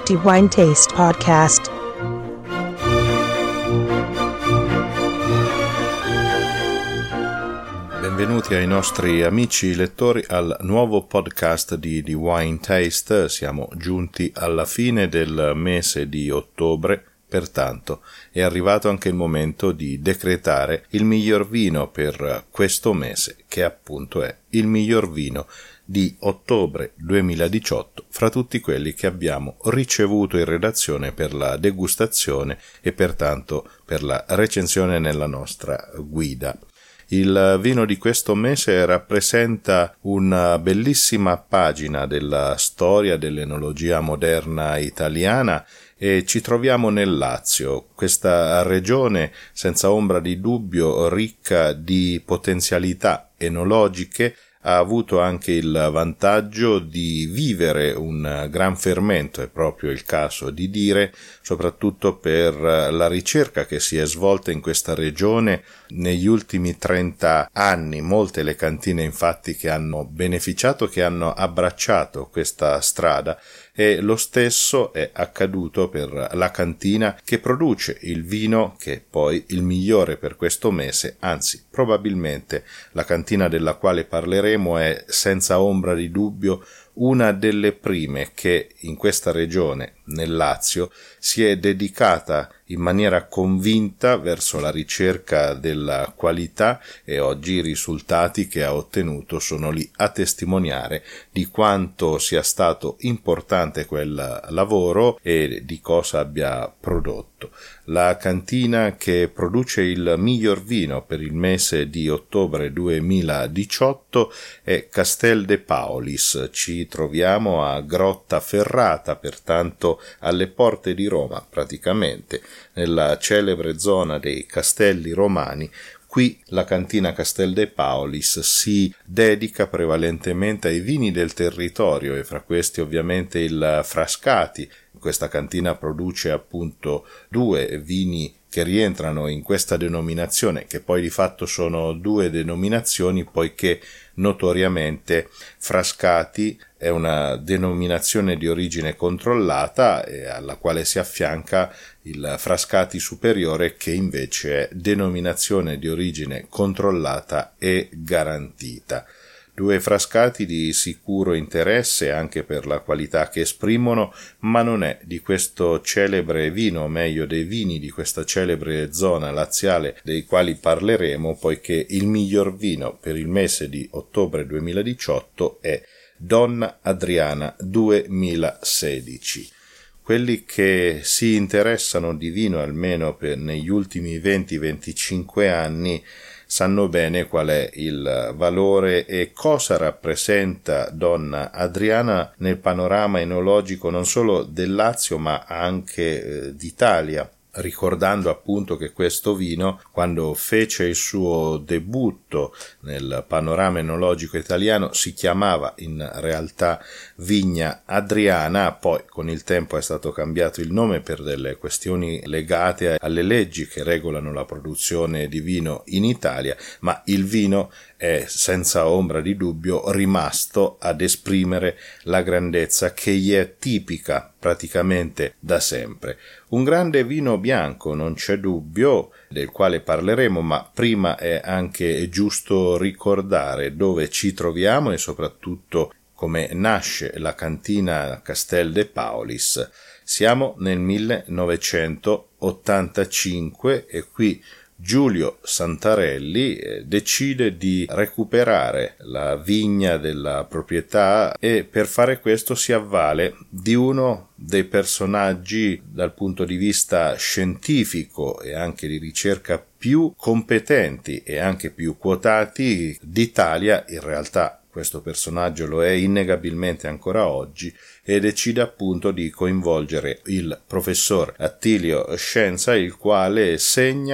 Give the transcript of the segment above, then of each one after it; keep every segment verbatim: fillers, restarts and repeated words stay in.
The Wine Taste Podcast. Benvenuti ai nostri amici lettori al nuovo podcast di The Wine Taste. Siamo giunti alla fine del mese di ottobre, pertanto è arrivato anche il momento di decretare il miglior vino per questo mese, che appunto è il miglior vino di ottobre duemiladiciotto fra tutti quelli che abbiamo ricevuto in redazione per la degustazione e pertanto per la recensione nella nostra guida. Il vino di questo mese rappresenta una bellissima pagina della storia dell'enologia moderna italiana e ci troviamo nel Lazio, questa regione senza ombra di dubbio ricca di potenzialità enologiche. Ha avuto anche il vantaggio di vivere un gran fermento, è proprio il caso di dire, soprattutto per la ricerca che si è svolta in questa regione negli ultimi trenta anni. Molte le cantine infatti che hanno beneficiato, che hanno abbracciato questa strada, e lo stesso è accaduto per la cantina che produce il vino che è poi il migliore per questo mese, anzi probabilmente la cantina della quale parleremo è senza ombra di dubbio una delle prime che in questa regione, nel Lazio, si è dedicata in maniera convinta verso la ricerca della qualità, e oggi i risultati che ha ottenuto sono lì a testimoniare di quanto sia stato importante quel lavoro e di cosa abbia prodotto. La cantina che produce il miglior vino per il mese di ottobre duemiladiciotto è Castel de Paolis. Ci troviamo a Grottaferrata, pertanto alle porte di Roma, praticamente nella celebre zona dei Castelli Romani. Qui la cantina Castel de Paolis si dedica prevalentemente ai vini del territorio e fra questi ovviamente il Frascati. Questa cantina produce appunto due vini che rientrano in questa denominazione, che poi di fatto sono due denominazioni poiché notoriamente Frascati è una denominazione di origine controllata e alla quale si affianca il Frascati superiore, che invece è denominazione di origine controllata e garantita. Due Frascati di sicuro interesse anche per la qualità che esprimono, ma non è di questo celebre vino, o meglio dei vini di questa celebre zona laziale dei quali parleremo, poiché il miglior vino per il mese di ottobre duemiladiciotto è Donna Adriana duemilasedici. Quelli che si interessano di vino almeno per negli ultimi venti venticinque anni sanno bene qual è il valore e cosa rappresenta Donna Adriana nel panorama enologico non solo del Lazio ma anche eh, d'Italia. Ricordando appunto che questo vino, quando fece il suo debutto nel panorama enologico italiano, si chiamava in realtà Vigna Adriana, poi con il tempo è stato cambiato il nome per delle questioni legate alle leggi che regolano la produzione di vino in Italia, ma il vino è senza ombra di dubbio rimasto ad esprimere la grandezza che gli è tipica praticamente da sempre. Un grande vino bianco, non c'è dubbio, del quale parleremo, ma prima è anche giusto ricordare dove ci troviamo e soprattutto come nasce la cantina Castel de Paolis. Siamo nel millenovecentottantacinque e qui Giulio Santarelli eh, decide di recuperare la vigna della proprietà e per fare questo si avvale di uno dei personaggi dal punto di vista scientifico e anche di ricerca più competenti e anche più quotati d'Italia. In realtà questo personaggio lo è innegabilmente ancora oggi, e decide appunto di coinvolgere il professor Attilio Scienza, il quale segna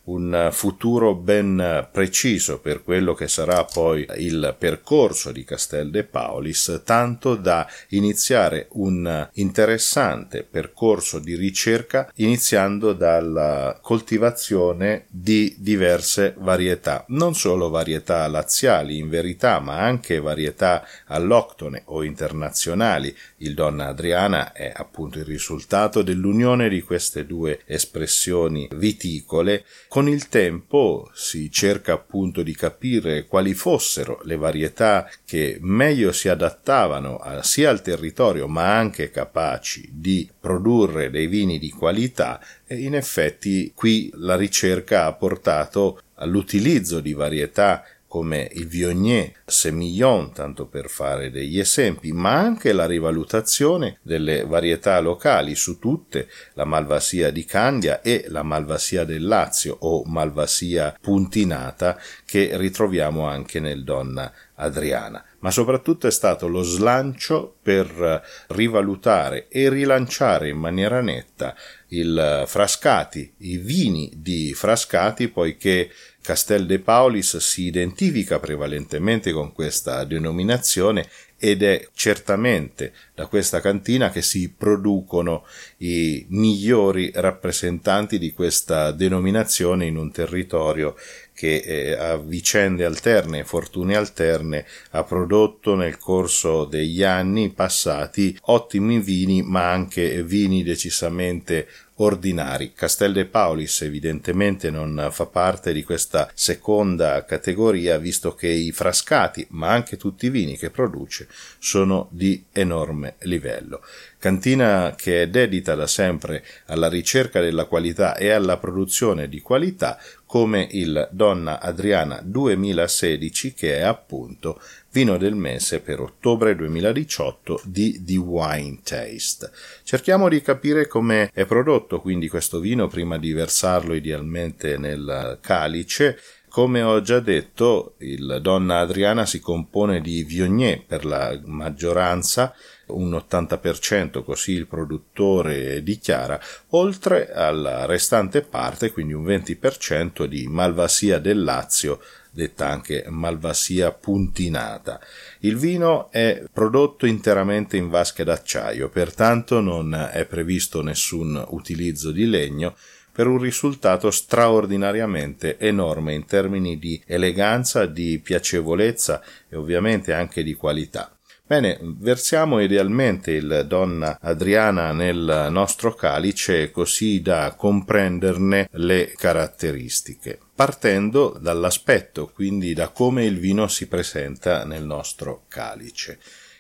un futuro ben preciso per quello che sarà poi il percorso di Castel de Paulis, tanto da iniziare un interessante percorso di ricerca iniziando dalla coltivazione di diverse varietà, non solo varietà laziali in verità, ma anche varietà alloctone o internazionali. Il Donna Adriana è appunto il risultato dell'unione di queste due espressioni viticole. Con il tempo si cerca appunto di capire quali fossero le varietà che meglio si adattavano a, sia al territorio ma anche capaci di produrre dei vini di qualità, e in effetti qui la ricerca ha portato all'utilizzo di varietà come il Viognier, Semillon, tanto per fare degli esempi, ma anche la rivalutazione delle varietà locali su tutte, la Malvasia di Candia e la Malvasia del Lazio o Malvasia puntinata, che ritroviamo anche nel Donna Adriana. Ma soprattutto è stato lo slancio per rivalutare e rilanciare in maniera netta il Frascati, i vini di Frascati, poiché Castel de Paulis si identifica prevalentemente con questa denominazione ed è certamente da questa cantina che si producono i migliori rappresentanti di questa denominazione in un territorio che eh, a vicende alterne, fortune alterne, ha prodotto nel corso degli anni passati ottimi vini, ma anche vini decisamente ordinari. Castel de Paulis evidentemente non fa parte di questa seconda categoria, visto che i Frascati, ma anche tutti i vini che produce, sono di enorme livello. Cantina che è dedita da sempre alla ricerca della qualità e alla produzione di qualità, come il Donna Adriana duemilasedici, che è appunto vino del mese per ottobre duemiladiciotto di The Wine Taste. Cerchiamo di capire come è prodotto quindi questo vino prima di versarlo idealmente nel calice. Come ho già detto, il Donna Adriana si compone di Viognier per la maggioranza, un ottanta per cento così il produttore dichiara, oltre alla restante parte, quindi un venti per cento di Malvasia del Lazio, detta anche Malvasia puntinata. Il vino è prodotto interamente in vasche d'acciaio, pertanto non è previsto nessun utilizzo di legno, per un risultato straordinariamente enorme in termini di eleganza, di piacevolezza e ovviamente anche di qualità. Bene, versiamo idealmente il Donna Adriana nel nostro calice così da comprenderne le caratteristiche, partendo dall'aspetto, quindi da come il vino si presenta nel nostro calice.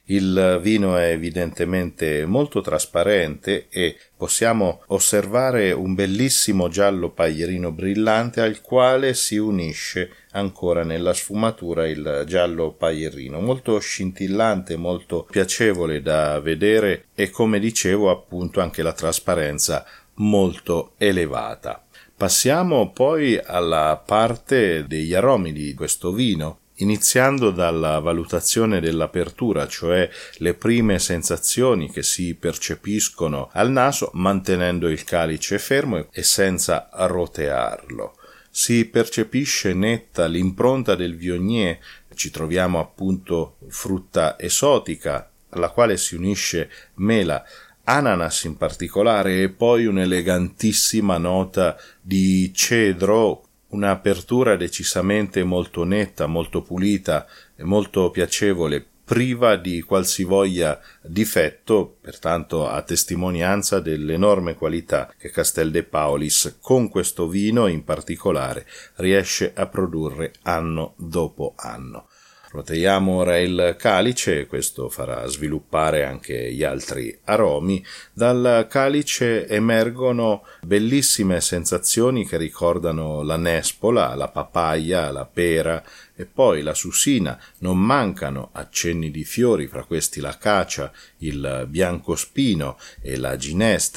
Il vino è evidentemente molto trasparente e possiamo osservare un bellissimo giallo paglierino brillante al quale si unisce ancora nella sfumatura il giallo paglierino, molto scintillante, molto piacevole da vedere e, come dicevo, appunto anche la trasparenza molto elevata. Passiamo poi alla parte degli aromi di questo vino, iniziando dalla valutazione dell'apertura, cioè le prime sensazioni che si percepiscono al naso mantenendo il calice fermo e senza rotearlo. Si percepisce netta l'impronta del Viognier, ci troviamo appunto frutta esotica alla quale si unisce mela, ananas in particolare e poi un'elegantissima nota di cedro, un'apertura decisamente molto netta, molto pulita e molto piacevole, priva di qualsivoglia difetto, pertanto a testimonianza dell'enorme qualità che Castel de Paulis, con questo vino in particolare, riesce a produrre anno dopo anno. Roteiamo ora il calice, questo farà sviluppare anche gli altri aromi. Dal calice emergono bellissime sensazioni che ricordano la nespola, la papaya, la pera e poi la susina. Non mancano accenni di fiori, fra questi l'acacia, il biancospino e la ginestra.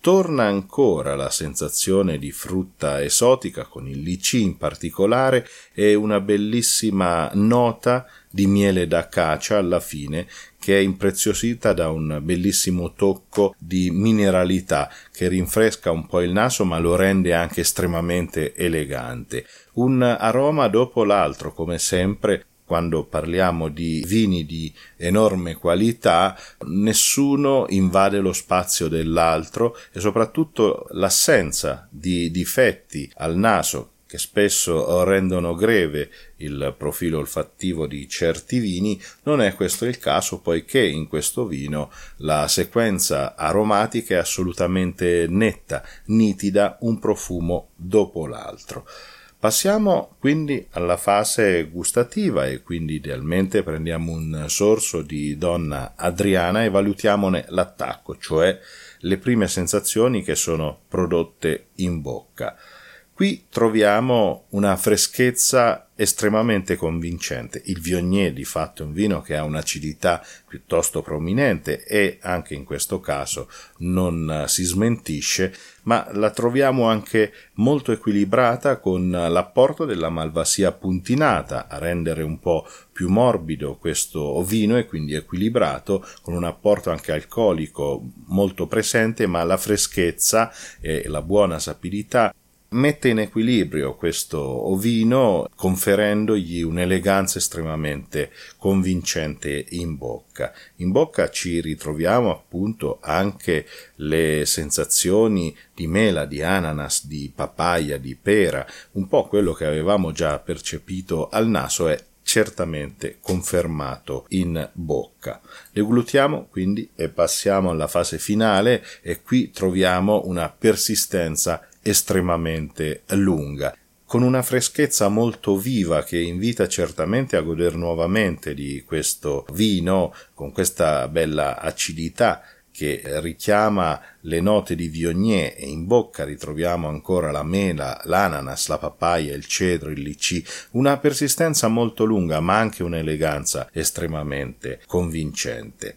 torna ancora la sensazione di frutta esotica, con il licì in particolare, e una bellissima nota di miele d'acacia alla fine, che è impreziosita da un bellissimo tocco di mineralità che rinfresca un po' il naso ma lo rende anche estremamente elegante. Un aroma dopo l'altro, come sempre. Quando parliamo di vini di enorme qualità, nessuno invade lo spazio dell'altro, e soprattutto l'assenza di difetti al naso, che spesso rendono greve il profilo olfattivo di certi vini, non è questo il caso, poiché in questo vino la sequenza aromatica è assolutamente netta, nitida, un profumo dopo l'altro. Passiamo quindi alla fase gustativa, e quindi idealmente prendiamo un sorso di Donna Adriana e valutiamone l'attacco, cioè le prime sensazioni che sono prodotte in bocca. Qui troviamo una freschezza estremamente convincente. Il Viognier di fatto è un vino che ha un'acidità piuttosto prominente e anche in questo caso non si smentisce, ma la troviamo anche molto equilibrata, con l'apporto della Malvasia puntinata a rendere un po' più morbido questo vino e quindi equilibrato, con un apporto anche alcolico molto presente, ma la freschezza e la buona sapidità mette in equilibrio questo vino, conferendogli un'eleganza estremamente convincente in bocca. In bocca ci ritroviamo appunto anche le sensazioni di mela, di ananas, di papaya, di pera, un po' quello che avevamo già percepito al naso è certamente confermato in bocca. Deglutiamo quindi e passiamo alla fase finale, e qui troviamo una persistenza estremamente lunga, con una freschezza molto viva che invita certamente a godere nuovamente di questo vino, con questa bella acidità che richiama le note di Viognier, e in bocca ritroviamo ancora la mela, l'ananas, la papaya, il cedro, il licì, una persistenza molto lunga ma anche un'eleganza estremamente convincente.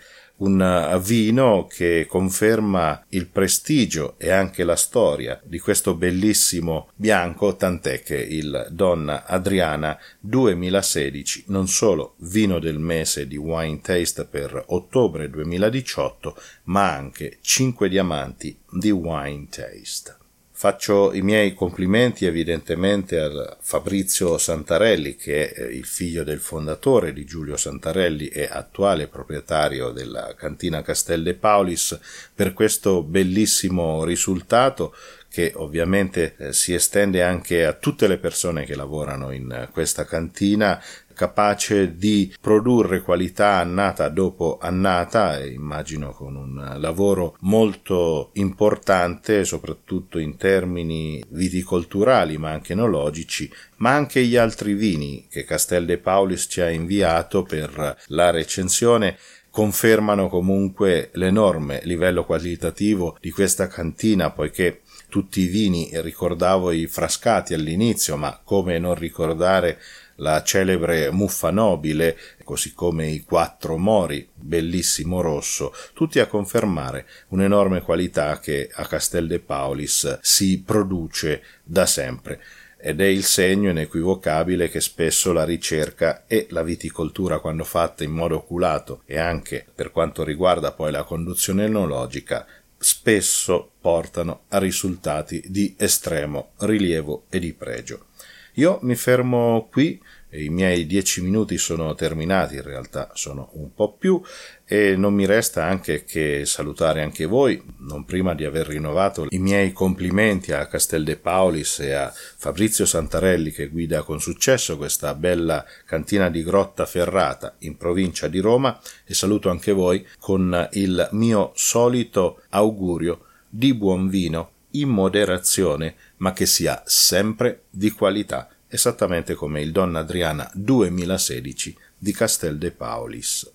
Un vino che conferma il prestigio e anche la storia di questo bellissimo bianco, tant'è che il Donna Adriana duemilasedici, non solo vino del mese di Wine Taste per ottobre duemiladiciotto, ma anche cinque diamanti di Wine Taste. Faccio i miei complimenti evidentemente a Fabrizio Santarelli, che è il figlio del fondatore di Giulio Santarelli e attuale proprietario della cantina Castel de Paulis, per questo bellissimo risultato che ovviamente eh, si estende anche a tutte le persone che lavorano in questa cantina, capace di produrre qualità annata dopo annata, e immagino con un lavoro molto importante soprattutto in termini viticolturali ma anche enologici, ma anche gli altri vini che Castel de Paulis ci ha inviato per la recensione confermano comunque l'enorme livello qualitativo di questa cantina, poiché tutti i vini, ricordavo i frascati all'inizio, ma come non ricordare la celebre Muffa Nobile, così come i Quattro Mori, bellissimo rosso, tutti a confermare un'enorme qualità che a Castel de Paulis si produce da sempre. Ed è il segno inequivocabile che spesso la ricerca e la viticoltura, quando fatta in modo oculato e anche per quanto riguarda poi la conduzione enologica, spesso portano a risultati di estremo rilievo e di pregio. Io mi fermo qui, i miei dieci minuti sono terminati, in realtà sono un po' più, e non mi resta anche che salutare anche voi, non prima di aver rinnovato i miei complimenti a Castel de Paulis e a Fabrizio Santarelli, che guida con successo questa bella cantina di Grottaferrata in provincia di Roma, e saluto anche voi con il mio solito augurio di buon vino in moderazione, ma che sia sempre di qualità, esattamente come il Donna Adriana duemilasedici di Castel de Paulis.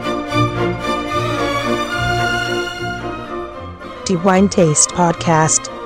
The Wine Taste Podcast.